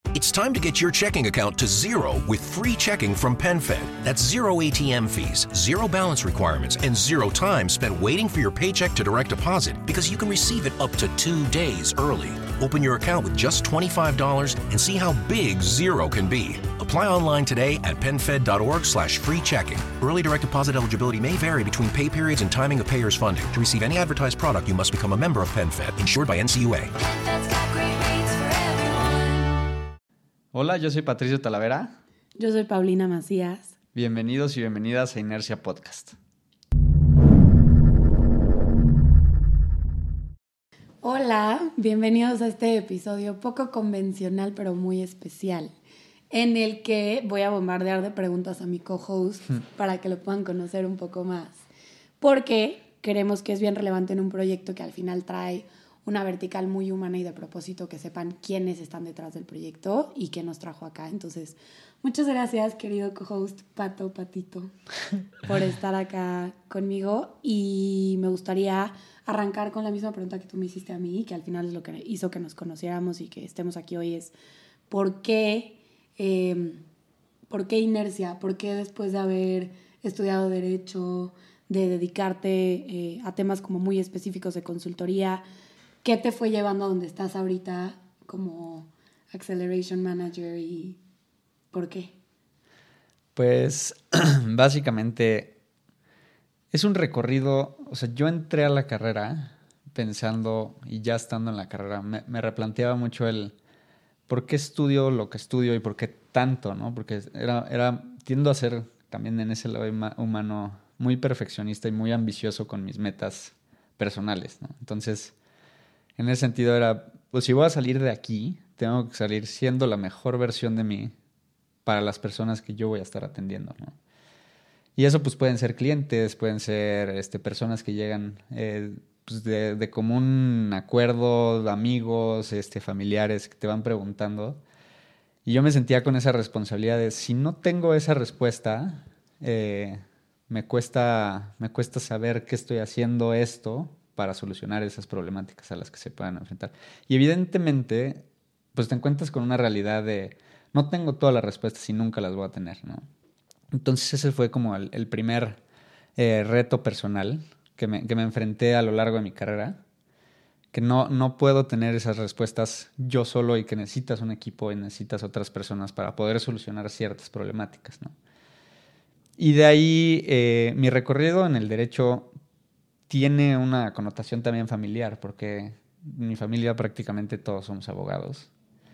It's time to get your checking account to zero with free checking from PenFed. That's zero ATM fees, zero balance requirements, and zero time spent waiting for your paycheck to direct deposit because you can receive it up to 2 days early. Open your account with just $25 and see how big zero can be. Apply online today at PenFed.org/free checking. Early direct deposit eligibility may vary between pay periods and timing of payers' funding. To receive any advertised product, you must become a member of PenFed, insured by NCUA. Hola, yo soy Patricio Talavera. Yo soy Paulina Macías. Bienvenidos y bienvenidas a Inercia Podcast. Hola, bienvenidos a este episodio poco convencional pero muy especial, en el que voy a bombardear de preguntas a mi co-host para que lo puedan conocer un poco más. Porque creemos que es bien relevante en un proyecto que al final trae una vertical muy humana y de propósito, que sepan quiénes están detrás del proyecto y qué nos trajo acá. Entonces, muchas gracias, querido co-host Patito, por estar acá conmigo. Y me gustaría arrancar con la misma pregunta que tú me hiciste a mí, que al final es lo que hizo que nos conociéramos y que estemos aquí hoy, es ¿por qué Inercia? ¿Por qué después de haber estudiado Derecho, de dedicarte a temas como muy específicos de consultoría, qué te fue llevando a donde estás ahorita como Acceleration Manager y por qué? Pues básicamente es un recorrido, o sea, yo entré a la carrera pensando, y ya estando en la carrera, me replanteaba mucho el por qué estudio lo que estudio y por qué tanto, ¿no? Porque tiendo a ser también en ese lado humano muy perfeccionista y muy ambicioso con mis metas personales, ¿no? Entonces, en ese sentido era, pues si voy a salir de aquí, tengo que salir siendo la mejor versión de mí para las personas que yo voy a estar atendiendo, ¿no? Y eso pues pueden ser clientes, pueden ser personas que llegan pues de común acuerdo, amigos, familiares que te van preguntando. Y yo me sentía con esa responsabilidad de, si no tengo esa respuesta, me cuesta saber qué estoy haciendo esto para solucionar esas problemáticas a las que se puedan enfrentar. Y evidentemente, pues te encuentras con una realidad de no tengo todas las respuestas y nunca las voy a tener, ¿no? Entonces ese fue como el primer reto personal que me enfrenté a lo largo de mi carrera, que no puedo tener esas respuestas yo solo y que necesitas un equipo y necesitas otras personas para poder solucionar ciertas problemáticas, ¿no? Y de ahí mi recorrido en el derecho tiene una connotación también familiar, porque mi familia prácticamente todos somos abogados.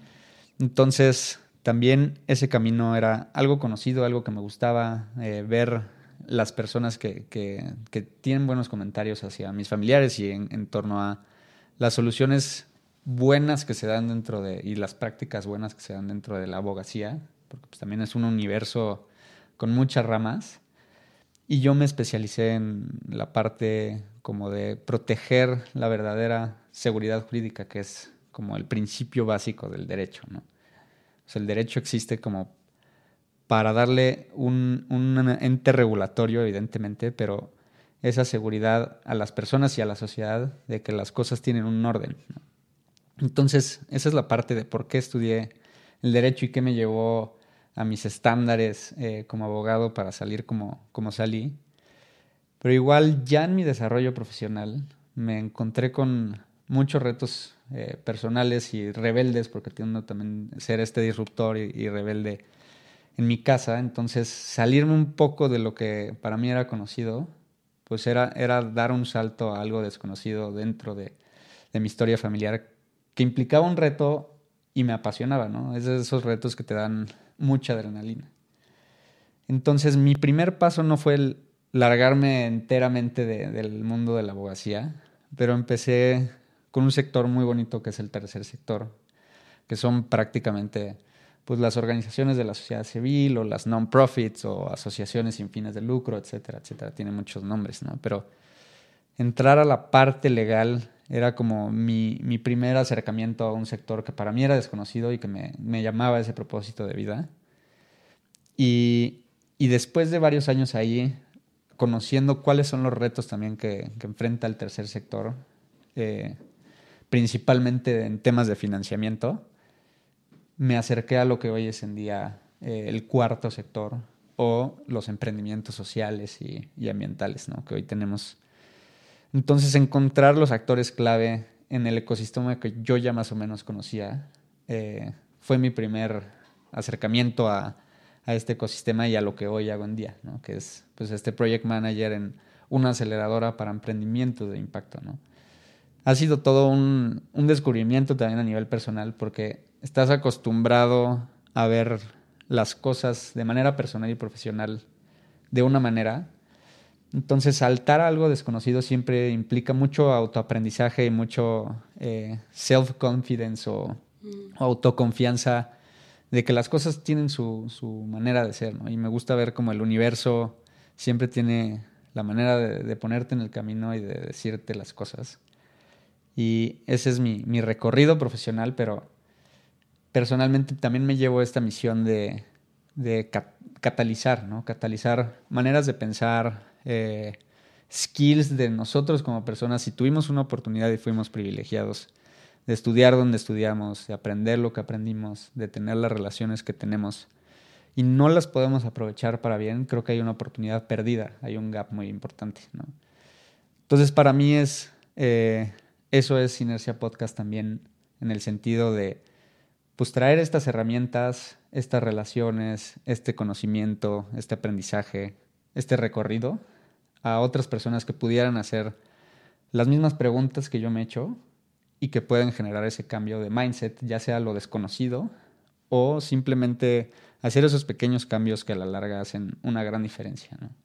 Entonces, también ese camino era algo conocido, algo que me gustaba, ver las personas que tienen buenos comentarios hacia mis familiares y en torno a las soluciones buenas que se dan y las prácticas buenas que se dan dentro de la abogacía, porque pues también es un universo con muchas ramas. Y yo me especialicé en la parte como de proteger la verdadera seguridad jurídica, que es como el principio básico del derecho, ¿no? O sea, el derecho existe como para darle un ente regulatorio, evidentemente, pero esa seguridad a las personas y a la sociedad de que las cosas tienen un orden, ¿no? Entonces, esa es la parte de por qué estudié el derecho y qué me llevó a mis estándares como abogado para salir como salí. Pero igual ya en mi desarrollo profesional me encontré con muchos retos personales y rebeldes, porque tiendo también a ser disruptor y rebelde en mi casa. Entonces, salirme un poco de lo que para mí era conocido, pues era dar un salto a algo desconocido dentro de mi historia familiar, que implicaba un reto y me apasionaba, ¿no? Es de esos retos que te dan mucha adrenalina. Entonces, mi primer paso no fue el largarme enteramente del mundo de la abogacía, pero empecé con un sector muy bonito que es el tercer sector, que son prácticamente pues las organizaciones de la sociedad civil o las non-profits o asociaciones sin fines de lucro, etcétera, etcétera. Tiene muchos nombres, ¿no? Pero entrar a la parte legal era como mi primer acercamiento a un sector que para mí era desconocido y que me llamaba a ese propósito de vida. Y después de varios años ahí, conociendo cuáles son los retos también que enfrenta el tercer sector, principalmente en temas de financiamiento, me acerqué a lo que hoy es en día el cuarto sector o los emprendimientos sociales y ambientales, ¿no? Que hoy tenemos. Entonces, encontrar los actores clave en el ecosistema que yo ya más o menos conocía fue mi primer acercamiento a este ecosistema y a lo que hoy hago en día, ¿no? Que es pues este project manager en una aceleradora para emprendimientos de impacto, ¿no? Ha sido todo un descubrimiento también a nivel personal porque estás acostumbrado a ver las cosas de manera personal y profesional de una manera. Entonces, saltar a algo desconocido siempre implica mucho autoaprendizaje y mucho self-confidence o autoconfianza de que las cosas tienen su manera de ser, ¿no? Y me gusta ver como el universo siempre tiene la manera de ponerte en el camino y de decirte las cosas. Y ese es mi recorrido profesional, pero personalmente también me llevo esta misión de catalizar, ¿no? Catalizar maneras de pensar, skills de nosotros como personas. Si tuvimos una oportunidad y fuimos privilegiados de estudiar donde estudiamos, de aprender lo que aprendimos, de tener las relaciones que tenemos y no las podemos aprovechar para bien, creo que hay una oportunidad perdida, hay un gap muy importante, ¿no? Entonces, para mí eso es Inercia Podcast también en el sentido de pues traer estas herramientas, estas relaciones, este conocimiento, este aprendizaje, este recorrido a otras personas que pudieran hacer las mismas preguntas que yo me he hecho y que pueden generar ese cambio de mindset, ya sea lo desconocido o simplemente hacer esos pequeños cambios que a la larga hacen una gran diferencia, ¿no?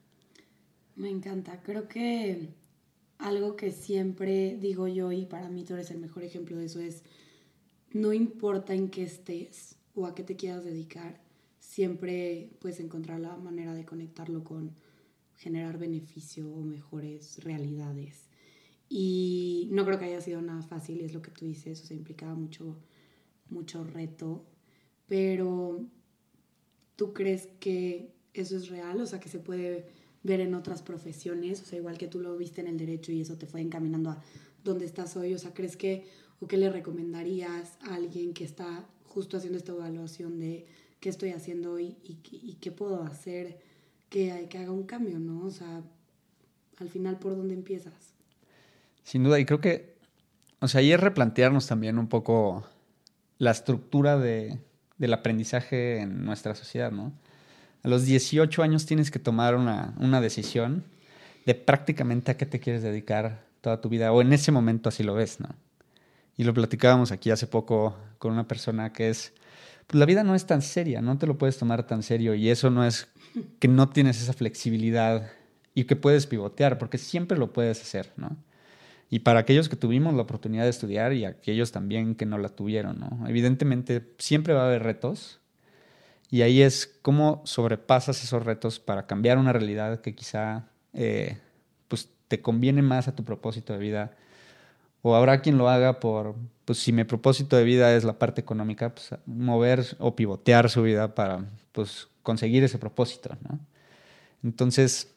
Me encanta. Creo que algo que siempre digo yo, y para mí tú eres el mejor ejemplo de eso, es no importa en qué estés o a qué te quieras dedicar, siempre puedes encontrar la manera de conectarlo con generar beneficio o mejores realidades. Y no creo que haya sido nada fácil, es lo que tú dices, o sea, implicaba mucho reto, pero ¿tú crees que eso es real? O sea, que se puede ver en otras profesiones, o sea, igual que tú lo viste en el derecho y eso te fue encaminando a donde estás hoy, o sea, ¿crees que o qué le recomendarías a alguien que está justo haciendo esta evaluación de qué estoy haciendo hoy y qué puedo hacer que haga un cambio, ¿no? O sea, al final, ¿por dónde empiezas? Sin duda, y creo que, o sea, ahí es replantearnos también un poco la estructura del aprendizaje en nuestra sociedad, ¿no? A los 18 años tienes que tomar una decisión de prácticamente a qué te quieres dedicar toda tu vida, o en ese momento así lo ves, ¿no? Y lo platicábamos aquí hace poco con una persona que pues la vida no es tan seria, no te lo puedes tomar tan serio y eso no es que no tienes esa flexibilidad y que puedes pivotear, porque siempre lo puedes hacer, ¿no? Y para aquellos que tuvimos la oportunidad de estudiar y aquellos también que no la tuvieron, ¿no? Evidentemente siempre va a haber retos y ahí es cómo sobrepasas esos retos para cambiar una realidad que quizá pues te conviene más a tu propósito de vida. O habrá quien lo haga pues si mi propósito de vida es la parte económica, pues mover o pivotear su vida para pues conseguir ese propósito, ¿no? Entonces,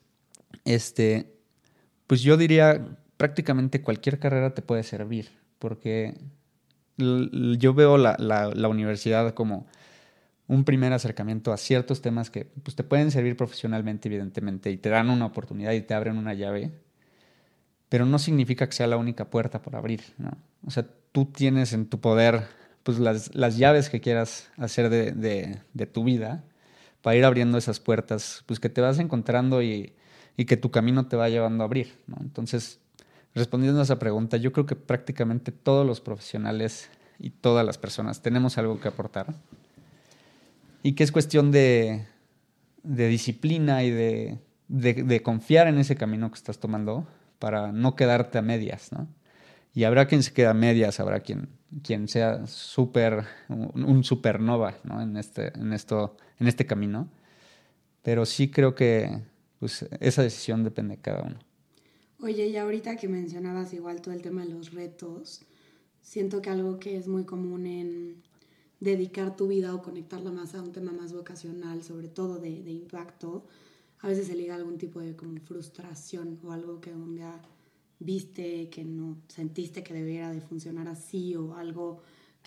pues yo diría prácticamente cualquier carrera te puede servir, porque yo veo la universidad como un primer acercamiento a ciertos temas que pues, te pueden servir profesionalmente, evidentemente, y te dan una oportunidad y te abren una llave, pero no significa que sea la única puerta por abrir, ¿no? O sea, tú tienes en tu poder pues, las llaves que quieras hacer de tu vida para ir abriendo esas puertas pues, que te vas encontrando y que tu camino te va llevando a abrir, ¿no? Entonces, respondiendo a esa pregunta, yo creo que prácticamente todos los profesionales y todas las personas tenemos algo que aportar y que es cuestión de disciplina y de confiar en ese camino que estás tomando para no quedarte a medias, ¿no? Y habrá quien se queda a medias, habrá quien sea un supernova, ¿no? En este camino. Pero sí creo que pues, esa decisión depende de cada uno. Oye, y ahorita que mencionabas igual todo el tema de los retos, siento que algo que es muy común en dedicar tu vida o conectarla más a un tema más vocacional, sobre todo de impacto, a veces se liga a algún tipo de como frustración o algo que un día viste que no sentiste que debiera de funcionar así o algo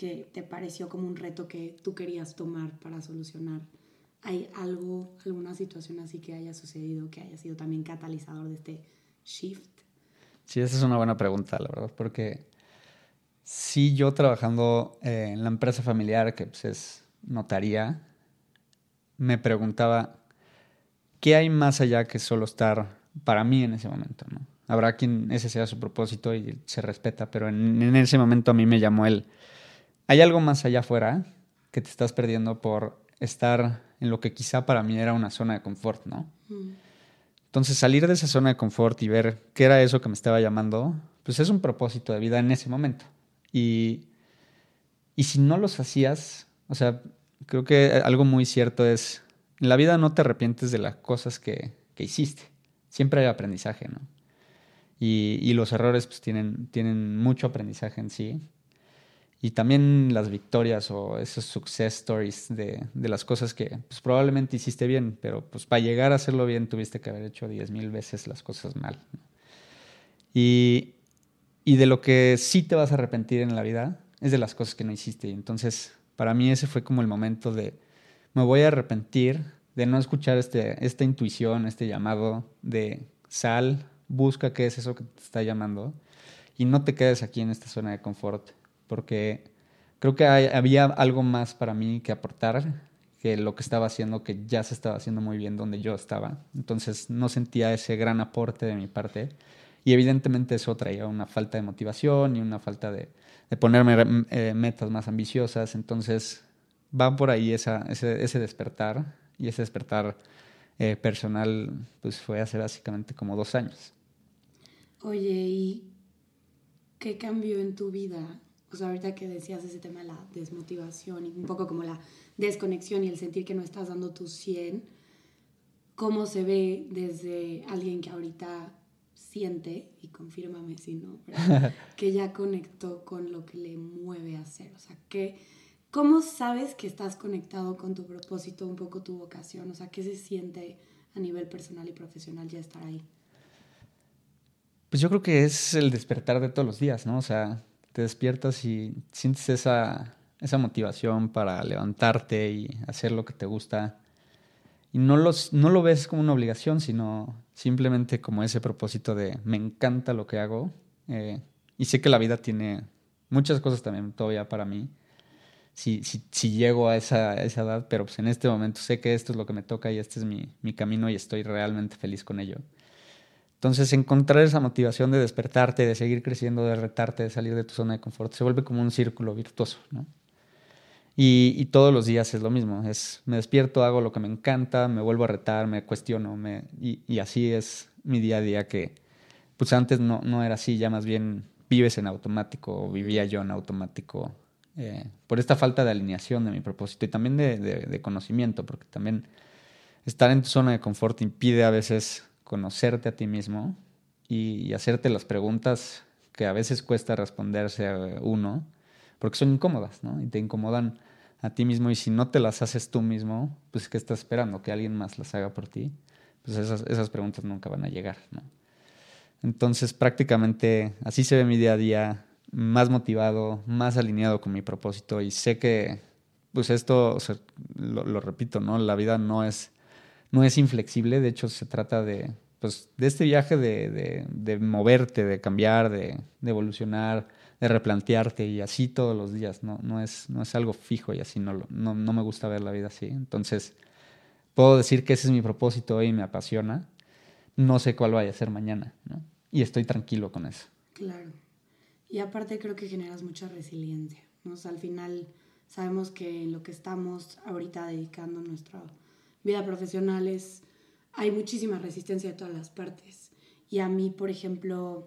que te pareció como un reto que tú querías tomar para solucionar? ¿Hay alguna situación así que haya sucedido, que haya sido también catalizador de este shift? Sí, esa es una buena pregunta, la verdad, porque sí, yo trabajando en la empresa familiar, que pues es notaría, me preguntaba, ¿qué hay más allá que solo estar para mí en ese momento, ¿no? Habrá quien ese sea su propósito y se respeta, pero en ese momento a mí me llamó hay algo más allá afuera que te estás perdiendo por estar en lo que quizá para mí era una zona de confort, ¿no? Entonces salir de esa zona de confort y ver qué era eso que me estaba llamando, pues es un propósito de vida en ese momento. Y, y si no los hacías, o sea, creo que algo muy cierto es, en la vida no te arrepientes de las cosas que hiciste. Siempre hay aprendizaje, ¿no? Y los errores pues tienen mucho aprendizaje en sí. Y también las victorias o esos success stories de las cosas que pues, probablemente hiciste bien, pero pues para llegar a hacerlo bien tuviste que haber hecho 10,000 veces las cosas mal, ¿no? Y, y de lo que sí te vas a arrepentir en la vida es de las cosas que no hiciste. Y entonces, para mí ese fue como el momento de, me voy a arrepentir de no escuchar esta intuición, este llamado de sal, busca qué es eso que te está llamando y no te quedes aquí en esta zona de confort, porque creo que había algo más para mí que aportar que lo que estaba haciendo, que ya se estaba haciendo muy bien donde yo estaba. Entonces no sentía ese gran aporte de mi parte. Y evidentemente eso traía una falta de motivación y una falta de ponerme metas más ambiciosas. Entonces va por ahí ese despertar. Y ese despertar personal pues fue hace básicamente como 2 años. Oye, ¿y qué cambió en tu vida? O sea, ahorita que decías ese tema de la desmotivación y un poco como la desconexión y el sentir que no estás dando tu 100, ¿cómo se ve desde alguien que ahorita siente, y confírmame si no, ¿verdad? Que ya conectó con lo que le mueve a hacer? O sea, ¿cómo sabes que estás conectado con tu propósito, un poco tu vocación? O sea, ¿qué se siente a nivel personal y profesional ya estar ahí? Pues yo creo que es el despertar de todos los días, ¿no? O sea, te despiertas y sientes esa motivación para levantarte y hacer lo que te gusta. Y no lo ves como una obligación, sino simplemente como ese propósito de me encanta lo que hago. Y sé que la vida tiene muchas cosas también todavía para mí. Si llego a esa edad, pero pues en este momento sé que esto es lo que me toca y este es mi camino y estoy realmente feliz con ello. Entonces, encontrar esa motivación de despertarte, de seguir creciendo, de retarte, de salir de tu zona de confort, se vuelve como un círculo virtuoso, ¿no? Y todos los días es lo mismo. Me despierto, hago lo que me encanta, me vuelvo a retar, me cuestiono, y así es mi día a día que, pues antes no era así, ya más bien vives en automático, o vivía yo en automático, por esta falta de alineación de mi propósito y también de conocimiento, porque también estar en tu zona de confort impide a veces conocerte a ti mismo y hacerte las preguntas que a veces cuesta responderse a uno, porque son incómodas, ¿no? Y te incomodan a ti mismo y si no te las haces tú mismo, pues ¿qué estás esperando? ¿Que alguien más las haga por ti? Pues esas preguntas nunca van a llegar, ¿no? Entonces prácticamente así se ve mi día a día, más motivado, más alineado con mi propósito y sé que, pues esto, o sea, lo repito, ¿no? La vida no es inflexible, de hecho se trata pues, de este viaje de moverte, de cambiar, de evolucionar, de replantearte y así todos los días, no es algo fijo y así no me gusta ver la vida así. Entonces puedo decir que ese es mi propósito hoy y me apasiona, no sé cuál vaya a ser mañana, ¿no? Y estoy tranquilo con eso. Claro. Y aparte creo que generas mucha resiliencia, ¿no? O sea, al final sabemos que en lo que estamos ahorita dedicando nuestra vida profesional hay muchísima resistencia de todas las partes. Y a mí, por ejemplo,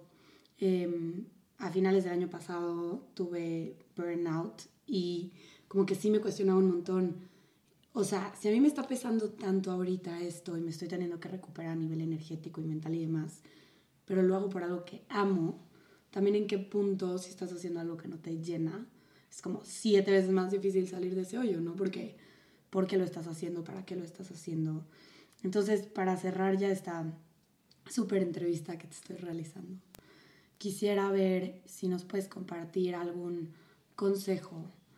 a finales del año pasado tuve burnout y como que sí me cuestionaba un montón. O sea, si a mí me está pesando tanto ahorita esto y me estoy teniendo que recuperar a nivel energético y mental y demás, pero lo hago por algo que amo, también en qué punto, si estás haciendo algo que no te llena, es como 7 veces más difícil salir de ese hoyo, ¿no? Porque, ¿por qué lo estás haciendo? ¿Para qué lo estás haciendo? Entonces, para cerrar ya esta súper entrevista que te estoy realizando, quisiera ver si nos puedes compartir algún consejo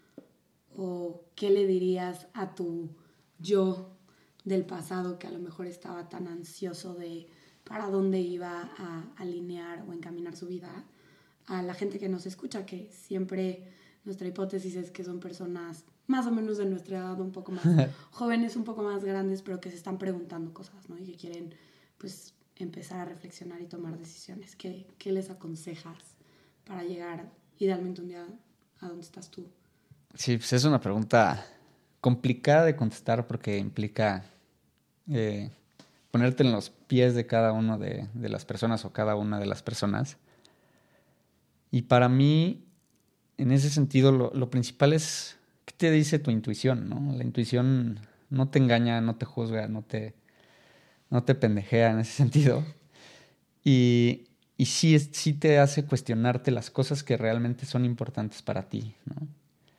o qué le dirías a tu yo del pasado que a lo mejor estaba tan ansioso de para dónde iba a alinear o encaminar su vida, a la gente que nos escucha, que siempre nuestra hipótesis es que son personas más o menos de nuestra edad, un poco más jóvenes, un poco más grandes, pero que se están preguntando cosas, ¿no? Y que quieren, pues, empezar a reflexionar y tomar decisiones. ¿Qué les aconsejas para llegar idealmente un día a donde estás tú? Sí, pues es una pregunta complicada de contestar porque implica ponerte en los pies de cada uno de las personas o cada una de las personas. Y para mí, en ese sentido, lo principal es qué te dice tu intuición, ¿no? La intuición no te engaña, no te juzga, no te pendejea en ese sentido. Y sí te hace cuestionarte las cosas que realmente son importantes para ti, ¿no?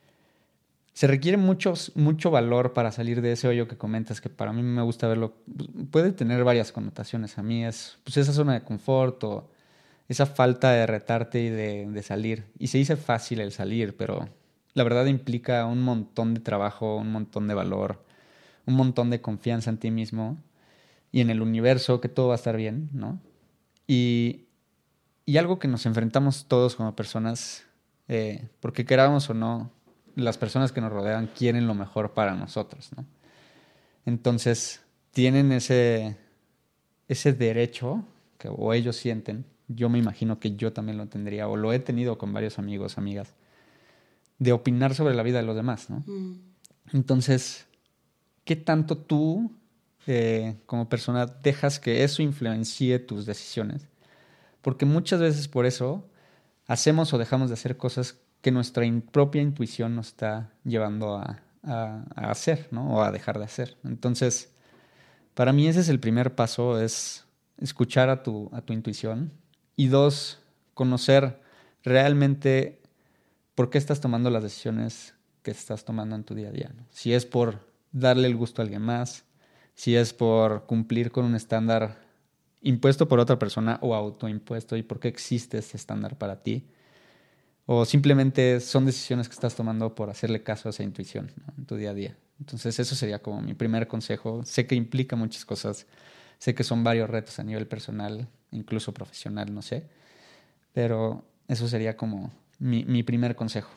Se requiere mucho valor para salir de ese hoyo que comentas, que para mí me gusta verlo. Puede tener varias connotaciones. A mí es pues esa zona de confort o esa falta de retarte y de salir. Y se dice fácil el salir, pero la verdad implica un montón de trabajo, un montón de valor, un montón de confianza en ti mismo y en el universo, que todo va a estar bien, ¿no? Y algo que nos enfrentamos todos como personas, porque queramos o no, las personas que nos rodean quieren lo mejor para nosotros, ¿no? Entonces, tienen ese derecho, o ellos sienten, yo me imagino que yo también lo tendría, o lo he tenido con varios amigos, amigas, de opinar sobre la vida de los demás, ¿no? Entonces, ¿qué tanto tú, como persona, dejas que eso influencie tus decisiones? Porque muchas veces por eso hacemos o dejamos de hacer cosas que nuestra propia intuición nos está llevando a hacer, ¿no? O a dejar de hacer. Entonces, para mí ese es el primer paso, es escuchar a tu intuición. Y 2, conocer realmente por qué estás tomando las decisiones que estás tomando en tu día a día, ¿no? Si es por darle el gusto a alguien más, si es por cumplir con un estándar impuesto por otra persona o autoimpuesto y por qué existe ese estándar para ti. O simplemente son decisiones que estás tomando por hacerle caso a esa intuición, ¿no? En tu día a día. Entonces eso sería como mi primer consejo. Sé que implica muchas cosas. Sé que son varios retos a nivel personal, incluso profesional, no sé. Pero eso sería como mi primer consejo.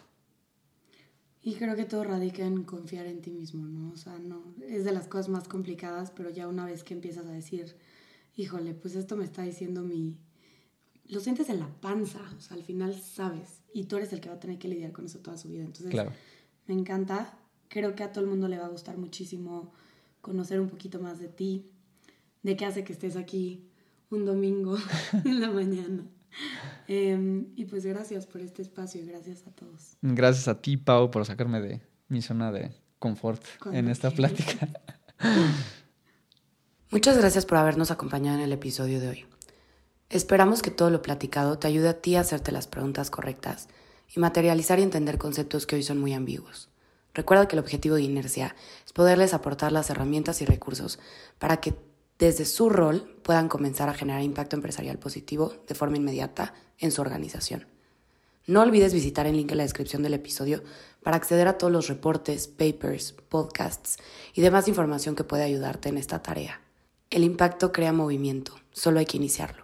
Y creo que todo radica en confiar en ti mismo, ¿no? O sea, no, es de las cosas más complicadas, pero ya una vez que empiezas a decir, híjole, pues esto me está diciendo lo sientes en la panza, o sea, al final sabes, y tú eres el que va a tener que lidiar con eso toda su vida. Entonces, claro, me encanta. Creo que a todo el mundo le va a gustar muchísimo conocer un poquito más de ti, de qué hace que estés aquí un domingo en la mañana. Y pues gracias por este espacio y gracias a todos. Gracias a ti, Pau, por sacarme de mi zona de confort en esta plática. Muchas gracias por habernos acompañado en el episodio de hoy. Esperamos que todo lo platicado te ayude a ti a hacerte las preguntas correctas y materializar y entender conceptos que hoy son muy ambiguos. Recuerda que el objetivo de Inercia es poderles aportar las herramientas y recursos para que desde su rol puedan comenzar a generar impacto empresarial positivo de forma inmediata en su organización. No olvides visitar el link en la descripción del episodio para acceder a todos los reportes, papers, podcasts y demás información que puede ayudarte en esta tarea. El impacto crea movimiento, solo hay que iniciarlo.